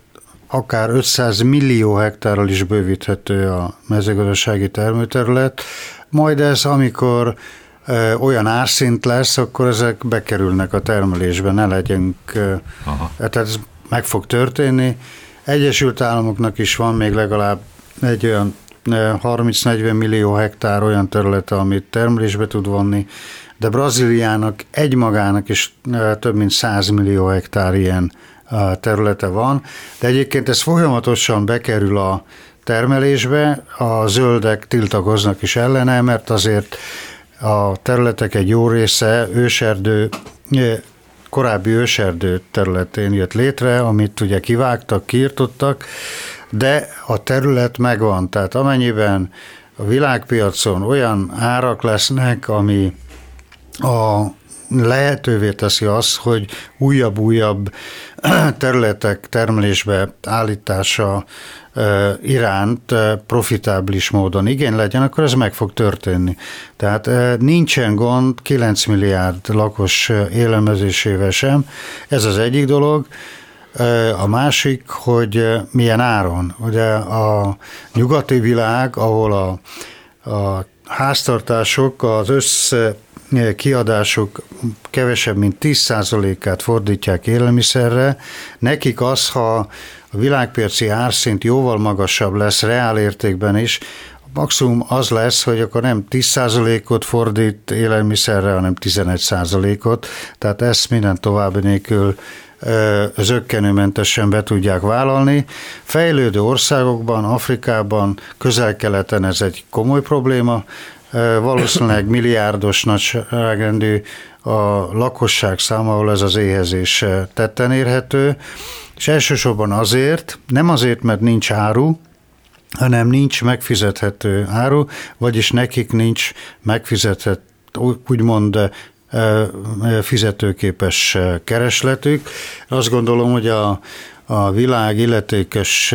akár ötszáz millió hektárral is bővíthető a mezőgazdasági termőterület, majd ez, amikor ö, olyan árszint lesz, akkor ezek bekerülnek a termelésbe, ne legyünk, Aha. tehát ez meg fog történni. Egyesült Államoknak is van még legalább egy olyan harminc-negyven millió hektár olyan területe, amit termelésbe tud vonni, de Brazíliának egymagának is több mint száz millió hektár ilyen területe van, de egyébként ez folyamatosan bekerül a termelésbe, a zöldek tiltakoznak is ellene, mert azért a területek egy jó része őserdő, korábbi őserdő területén jött létre, amit ugye kivágtak, kiirtottak, de a terület megvan, tehát amennyiben a világpiacon olyan árak lesznek, ami a lehetővé teszi azt, hogy újabb-újabb területek termelésbe állítása iránt profitábilis módon igény legyen, akkor ez meg fog történni. Tehát nincsen gond kilenc milliárd lakos élelmezésével sem. Ez az egyik dolog. A másik, hogy milyen áron. Ugye a nyugati világ, ahol a, a háztartások az össze kiadások kevesebb, mint tíz százalékát fordítják élelmiszerre, nekik az, ha a világpiaci árszint jóval magasabb lesz reálértékben is, maximum az lesz, hogy akkor nem tíz százalékot fordít élelmiszerre, hanem tizenegy százalékot, tehát ezt minden további nélkül zökkenőmentesen be tudják vállalni. Fejlődő országokban, Afrikában, Közel-Keleten ez egy komoly probléma, valószínűleg milliárdos nagyságrendű a lakosság száma, ahol ez az éhezés tetten érhető, és elsősorban azért, nem azért, mert nincs áru, hanem nincs megfizethető áru, vagyis nekik nincs megfizethető, úgymond fizetőképes keresletük. Azt gondolom, hogy a, a világ illetékes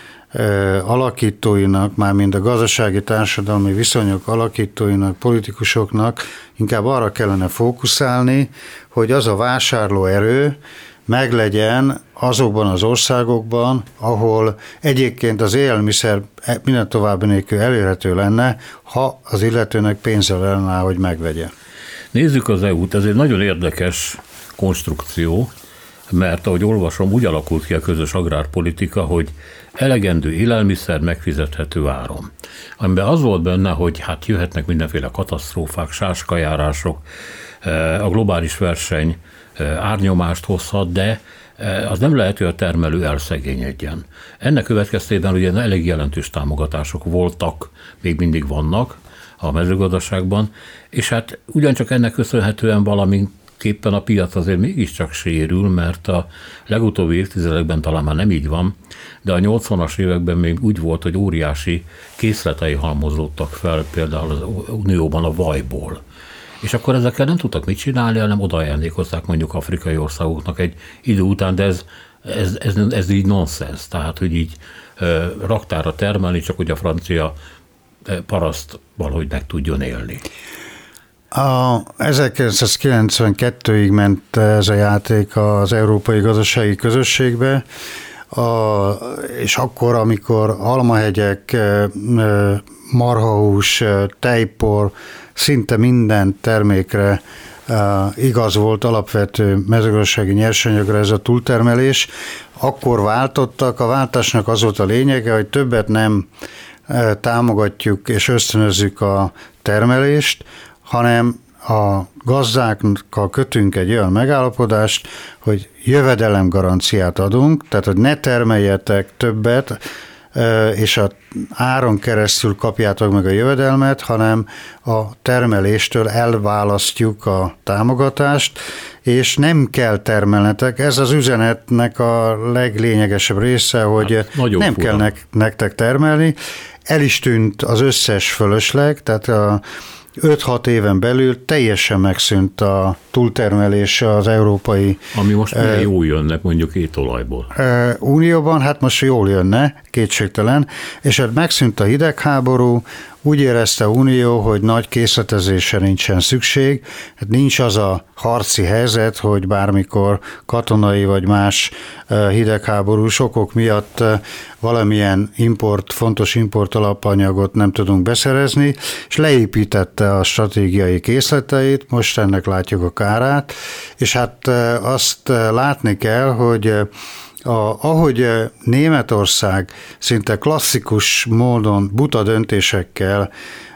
alakítóinak, mármint a gazdasági társadalmi viszonyok alakítóinak, politikusoknak inkább arra kellene fókuszálni, hogy az a vásárlóerő meglegyen azokban az országokban, ahol egyébként az élelmiszer minden további nélkül elérhető lenne, ha az illetőnek pénze lenne, hogy megvegye. Nézzük az é u-t, ez egy nagyon érdekes konstrukció, mert ahogy olvasom, úgy alakult ki a közös agrárpolitika, hogy elegendő élelmiszer megfizethető áron. Amiben az volt benne, hogy hát jöhetnek mindenféle katasztrófák, sáskajárások, a globális verseny árnyomást hozhat, de az nem lehet, hogy a termelő elszegényedjen. Ennek következtében ugye elég jelentős támogatások voltak, még mindig vannak a mezőgazdaságban, és hát ugyancsak ennek köszönhetően valamiképpen a piac azért mégiscsak sérül, mert a legutóbbi évtizedekben talán már nem így van, de a nyolcvanas években még úgy volt, hogy óriási készletei halmozódtak fel például az Unióban a vajból. És akkor ezekkel nem tudtak mit csinálni, hanem odaajándékozták mondjuk afrikai országoknak egy idő után, de ez, ez, ez, ez így nonsens. Tehát, hogy így raktára termelni, csak hogy a francia paraszt valahogy meg tudjon élni. A ezerkilencszázkilencvenkettőig ment ez a játék az Európai Gazdasági Közösségbe, a, és akkor, amikor almahegyek, marhahús, tejpor, szinte minden termékre igaz volt, alapvető mezőgazdasági nyersanyagra ez a túltermelés, akkor váltottak. A váltásnak az volt a lényege, hogy többet nem támogatjuk és ösztönözzük a termelést, hanem a gazdákkal kötünk egy olyan megállapodást, hogy jövedelemgaranciát adunk, tehát hogy ne termeljetek többet, és a áron keresztül kapjátok meg a jövedelmet, hanem a termeléstől elválasztjuk a támogatást, és nem kell termelnetek. Ez az üzenetnek a leglényegesebb része, hogy hát, nem fura. kell nektek termelni. El is tűnt az összes fölösleg, tehát a öt-hat éven belül teljesen megszűnt a túltermelés az európai... Ami most milyen uh, jól jönnek mondjuk étolajból. Uh, Unióban, hát most jól jönne, kétségtelen, és hát megszűnt a hidegháború, úgy érezte a Unió, hogy nagy készletezésre nincsen szükség, hát nincs az a harci helyzet, hogy bármikor katonai vagy más hidegháborús okok miatt valamilyen import, fontos import alapanyagot nem tudunk beszerezni, és leépítette a stratégiai készleteit, most ennek látjuk a kárát, és hát azt látni kell, hogy A, ahogy Németország szinte klasszikus módon buta döntésekkel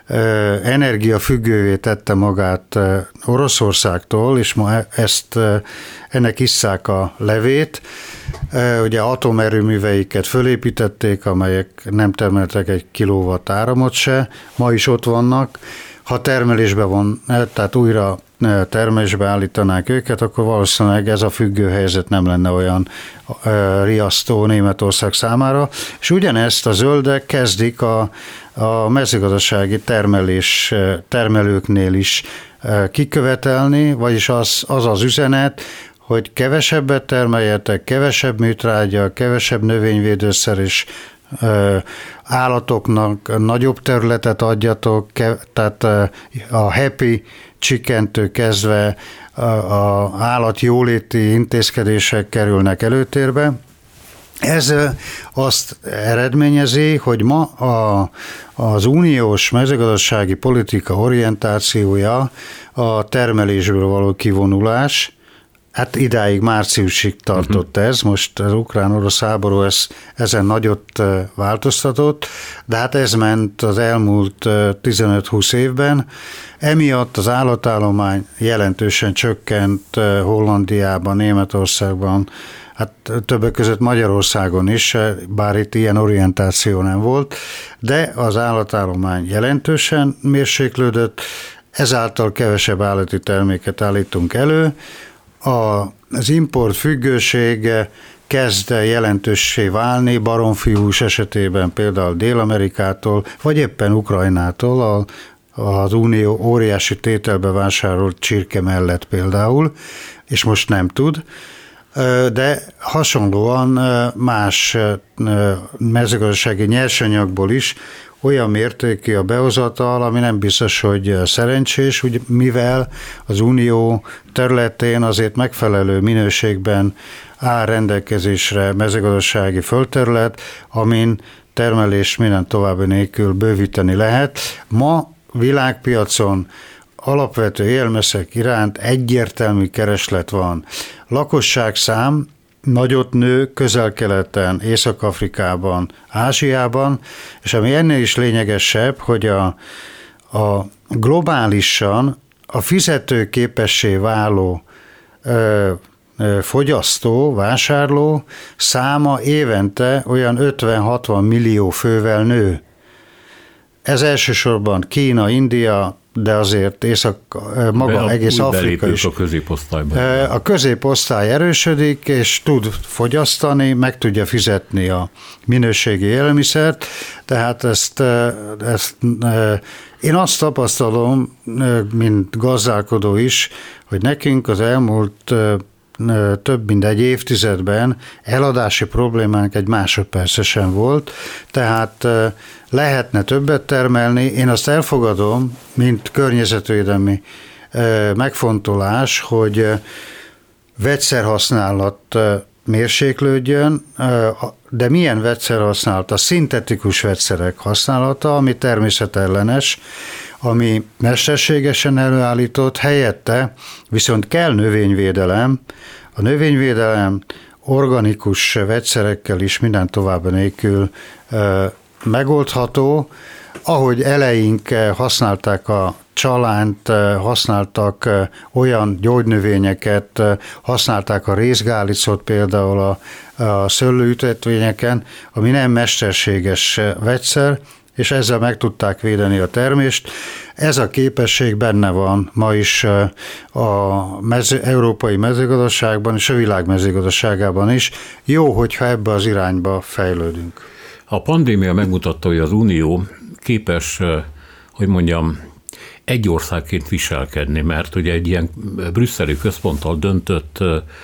energiafüggővé tette magát Oroszországtól, és ma ezt, ennek isszák a levét. Ugye atomerőműveiket fölépítették, amelyek nem termeltek egy kilowatt áramot se, ma is ott vannak. Ha termelésbe van, tehát újra termelésbe állítanák őket, akkor valószínűleg ez a függő helyzet nem lenne olyan riasztó Németország számára, és ugyanezt a zöldek kezdik a, a mezőgazdasági termelés, termelőknél is kikövetelni, vagyis az az, az üzenet, hogy kevesebbet termeljetek, kevesebb műtrágya, kevesebb növényvédőszer és állatoknak nagyobb területet adjatok, tehát a happy chickentől kezdve a állatjóléti intézkedések kerülnek előtérbe. Ez azt eredményezi, hogy ma a, az uniós mezőgazdasági politika orientációja a termelésből való kivonulás. Hát idáig márciusig tartott ez, most az ukrán-orosz háború ez, ezen nagyot változtatott, de hát ez ment az elmúlt tizenöt-húsz évben. Emiatt az állatállomány jelentősen csökkent Hollandiában, Németországban, hát többek között Magyarországon is, bár itt ilyen orientáció nem volt, de az állatállomány jelentősen mérséklődött, ezáltal kevesebb állati terméket állítunk elő. Az import függősége kezd jelentőssé válni, baromfihús esetében például Dél-Amerikától, vagy éppen Ukrajnától, az Unió óriási tételbe vásárolt csirke mellett például, és most nem tud, de hasonlóan más mezőgazdasági nyersanyagból is olyan mértékű a behozatal, ami nem biztos, hogy szerencsés, úgy, mivel az Unió területén azért megfelelő minőségben áll rendelkezésre mezőgazdasági földterület, amin termelés minden további nélkül bővíteni lehet. Ma világpiacon alapvető élelmiszerek iránt egyértelmű kereslet van. Lakosságszám nagyot nő Közel-Keleten, Észak-Afrikában, Ázsiában, és ami ennél is lényegesebb, hogy a, a globálisan a fizetőképessé váló ö, ö, fogyasztó, vásárló száma évente olyan ötven-hatvan millió fővel nő. Ez elsősorban Kína, India, de azért észak, maga a, egész Afrika is. A középosztályban. A középosztály erősödik, és tud fogyasztani, meg tudja fizetni a minőségi élelmiszert, tehát ezt, ezt én azt tapasztalom, mint gazdálkodó is, hogy nekünk az elmúlt több mint egy évtizedben eladási problémánk egy másodperce sem volt, tehát lehetne többet termelni. Én azt elfogadom, mint környezetvédelmi megfontolás, hogy vegyszerhasználat mérséklődjön, de milyen vegyszerhasználat? A szintetikus vegyszerek használata, ami természetellenes, ami mesterségesen előállított, helyette viszont kell növényvédelem. A növényvédelem organikus vegyszerekkel is minden további nélkül megoldható. Ahogy eleink használták a csalánt, használtak olyan gyógynövényeket, használták a rézgálicot például a, a szőlőültetvényeken, ami nem mesterséges vegyszer, és ezzel meg tudták védeni a termést. Ez a képesség benne van ma is a mező, európai mezőgazdaságban és a világ mezőgazdaságában is. Jó, hogyha ebbe az irányba fejlődünk. A pandémia megmutatta, hogy az Unió képes, hogy mondjam, egy országként viselkedni, mert ugye egy ilyen brüsszeli központtal döntött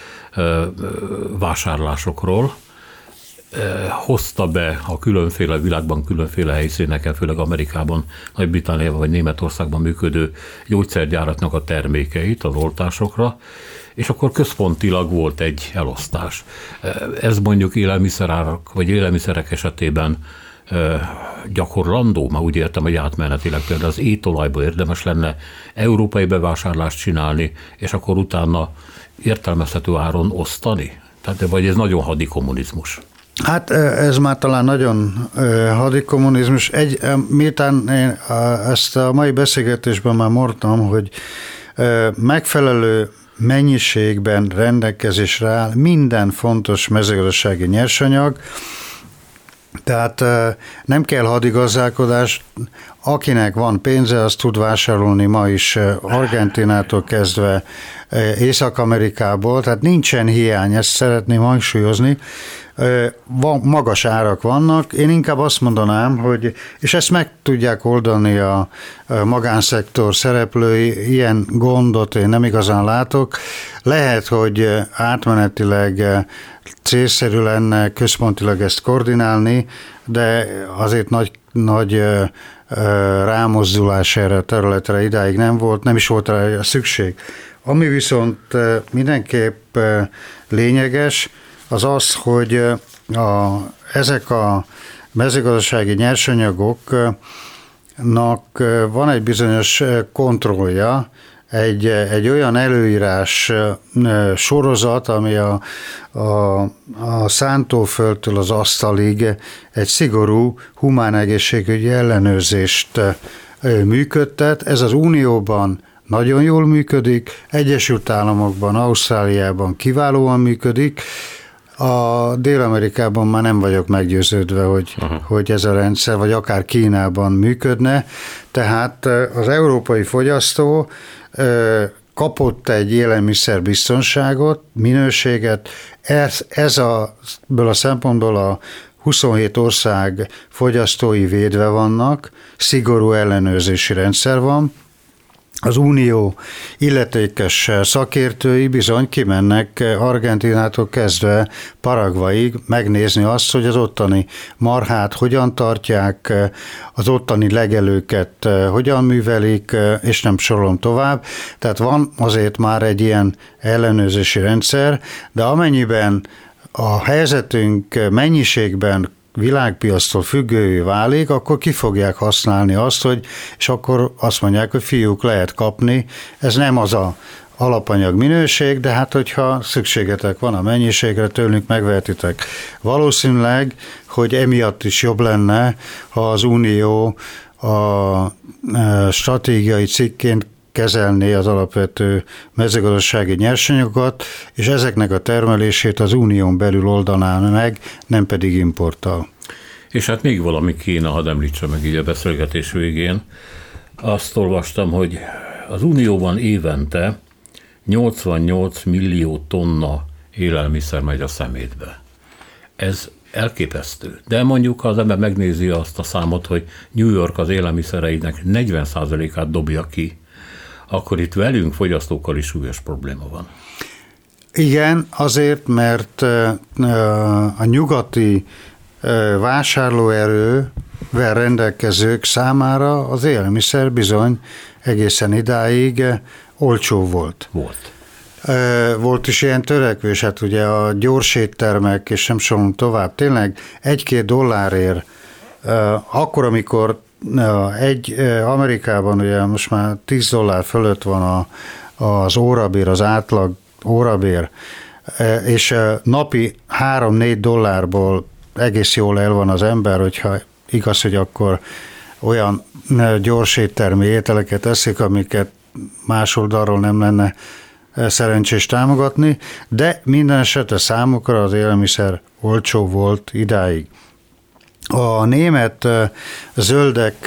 vásárlásokról hozta be a különféle világban, különféle helyszíneken, főleg Amerikában, Nagy-Britanniában vagy Németországban működő gyógyszergyáraknak a termékeit az oltásokra, és akkor központilag volt egy elosztás. Ez mondjuk élelmiszerárak, vagy élelmiszerek esetében gyakorlandó, már úgy értem, hogy átmenetileg például az étolajból érdemes lenne európai bevásárlást csinálni, és akkor utána értelmezhető áron osztani? Tehát, vagy ez nagyon hadi kommunizmus? Hát ez már talán nagyon hadi kommunizmus. Egy, miután én ezt a mai beszélgetésben már mondtam, hogy megfelelő mennyiségben rendelkezésre áll minden fontos mezőgazdasági nyersanyag, tehát nem kell hadigazdálkodás, akinek van pénze, az tud vásárolni ma is Argentinától kezdve Észak-Amerikából, tehát nincsen hiány, ezt szeretném hangsúlyozni. Magas árak vannak, én inkább azt mondanám, hogy, és ezt meg tudják oldani a magánszektor szereplői, ilyen gondot én nem igazán látok. Lehet, hogy átmenetileg célszerű lenne központilag ezt koordinálni, de azért nagy, nagy rámozdulás erre a területre idáig nem volt, nem is volt rá szükség. Ami viszont mindenképp lényeges, az az, hogy a, ezek a mezőgazdasági nyersanyagoknak van egy bizonyos kontrollja, egy, egy olyan előírás sorozat, ami a, a, a szántóföldtől az asztalig egy szigorú humán egészségügyi ellenőrzést működtet. Ez az Unióban nagyon jól működik, Egyesült Államokban, Ausztráliában kiválóan működik, a Dél-Amerikában már nem vagyok meggyőződve, hogy, hogy ez a rendszer, vagy akár Kínában működne, tehát az európai fogyasztó kapott egy élelmiszerbiztonságot, minőséget, ez, ez a, a szempontból a huszonhét ország fogyasztói védve vannak, szigorú ellenőrzési rendszer van, az Unió illetékes szakértői bizony kimennek Argentinától kezdve Paraguayig megnézni azt, hogy az ottani marhát hogyan tartják, az ottani legelőket hogyan művelik, és nem sorolom tovább. Tehát van azért már egy ilyen ellenőrzési rendszer, de amennyiben a helyzetünk mennyiségben világpiactól függővé válik, akkor ki fogják használni azt, hogy, és akkor azt mondják, hogy fiúk, lehet kapni. Ez nem az a alapanyag minőség, de hát hogyha szükségetek van a mennyiségre, tőlünk megvehetitek. Valószínűleg, hogy emiatt is jobb lenne, ha az Unió a stratégiai cikkként kezelni az alapvető mezőgazdasági nyersanyagokat, és ezeknek a termelését az unión belül oldaná meg, nem pedig importtal. És hát még valami kéne, hadd említsem meg így a beszélgetés végén. Azt olvastam, hogy az Unióban évente nyolcvannyolc millió tonna élelmiszer megy a szemétbe. Ez elképesztő. De mondjuk, ha az ember megnézi azt a számot, hogy New York az élelmiszereinek negyven százalékát dobja ki, akkor itt velünk, fogyasztókkal is súlyos probléma van. Igen, azért, mert a nyugati vásárlóerővel rendelkezők számára az élelmiszer bizony egészen idáig olcsó volt. Volt. Volt is ilyen törekvés, hát ugye a gyors éttermek, és nem sorolom tovább, tényleg egy-két dollárért, akkor, amikor egy Amerikában ugye most már tíz dollár fölött van a, az órabér, az átlag órabér, és napi három-négy dollárból egész jól el van az ember, hogyha igaz, hogy akkor olyan gyors éttermi ételeket eszik, amiket más oldalról nem lenne szerencsés támogatni, de minden esetre számukra az élelmiszer olcsó volt idáig. A német zöldek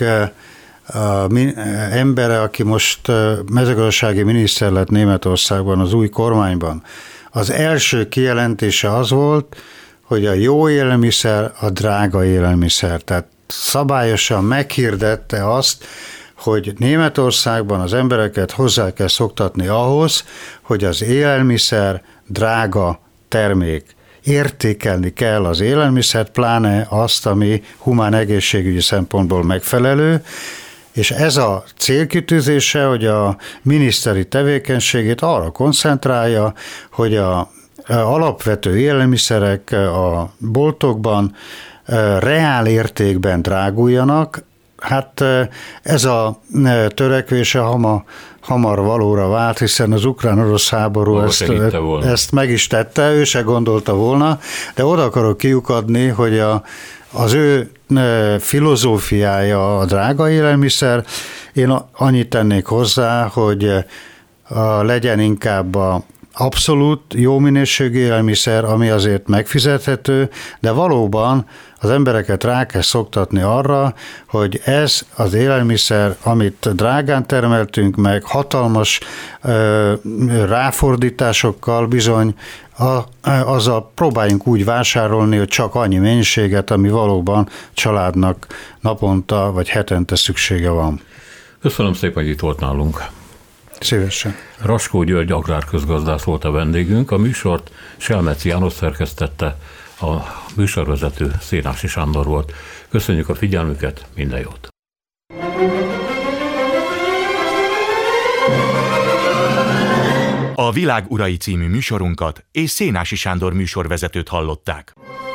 embere, aki most mezőgazdasági miniszter lett Németországban, az új kormányban, az első kijelentése az volt, hogy a jó élelmiszer a drága élelmiszer. Tehát szabályosan meghirdette azt, hogy Németországban az embereket hozzá kell szoktatni ahhoz, hogy az élelmiszer drága termék. Értékelni kell az élelmiszert, pláne azt, ami humán egészségügyi szempontból megfelelő, és ez a célkitűzése, hogy a miniszteri tevékenységét arra koncentrálja, hogy a alapvető élelmiszerek a boltokban reál értékben dráguljanak. Hát ez a törekvése hamar, hamar valóra vált, hiszen az ukrán-orosz háború ezt, ezt meg is tette, ő se gondolta volna, de oda akarok kiukadni, hogy a, az ő filozófiája a drága élelmiszer. Én annyit tennék hozzá, hogy legyen inkább a abszolút jó minőségű élelmiszer, ami azért megfizethető, de valóban az embereket rá kell szoktatni arra, hogy ez az élelmiszer, amit drágán termeltünk meg, hatalmas ö, ráfordításokkal bizony, a, azzal próbáljunk úgy vásárolni, hogy csak annyi mennyiséget, ami valóban családnak naponta vagy hetente szüksége van. Köszönöm szépen, hogy itt volt nálunk. Szívesen. Raskó György agrárközgazdász volt a vendégünk, a műsort Selmeci János szerkesztette, a műsorvezető Szénási Sándor volt. Köszönjük a figyelmüket, minden jót! A Világ urai című műsorunkat és Szénási Sándor műsorvezetőt hallották.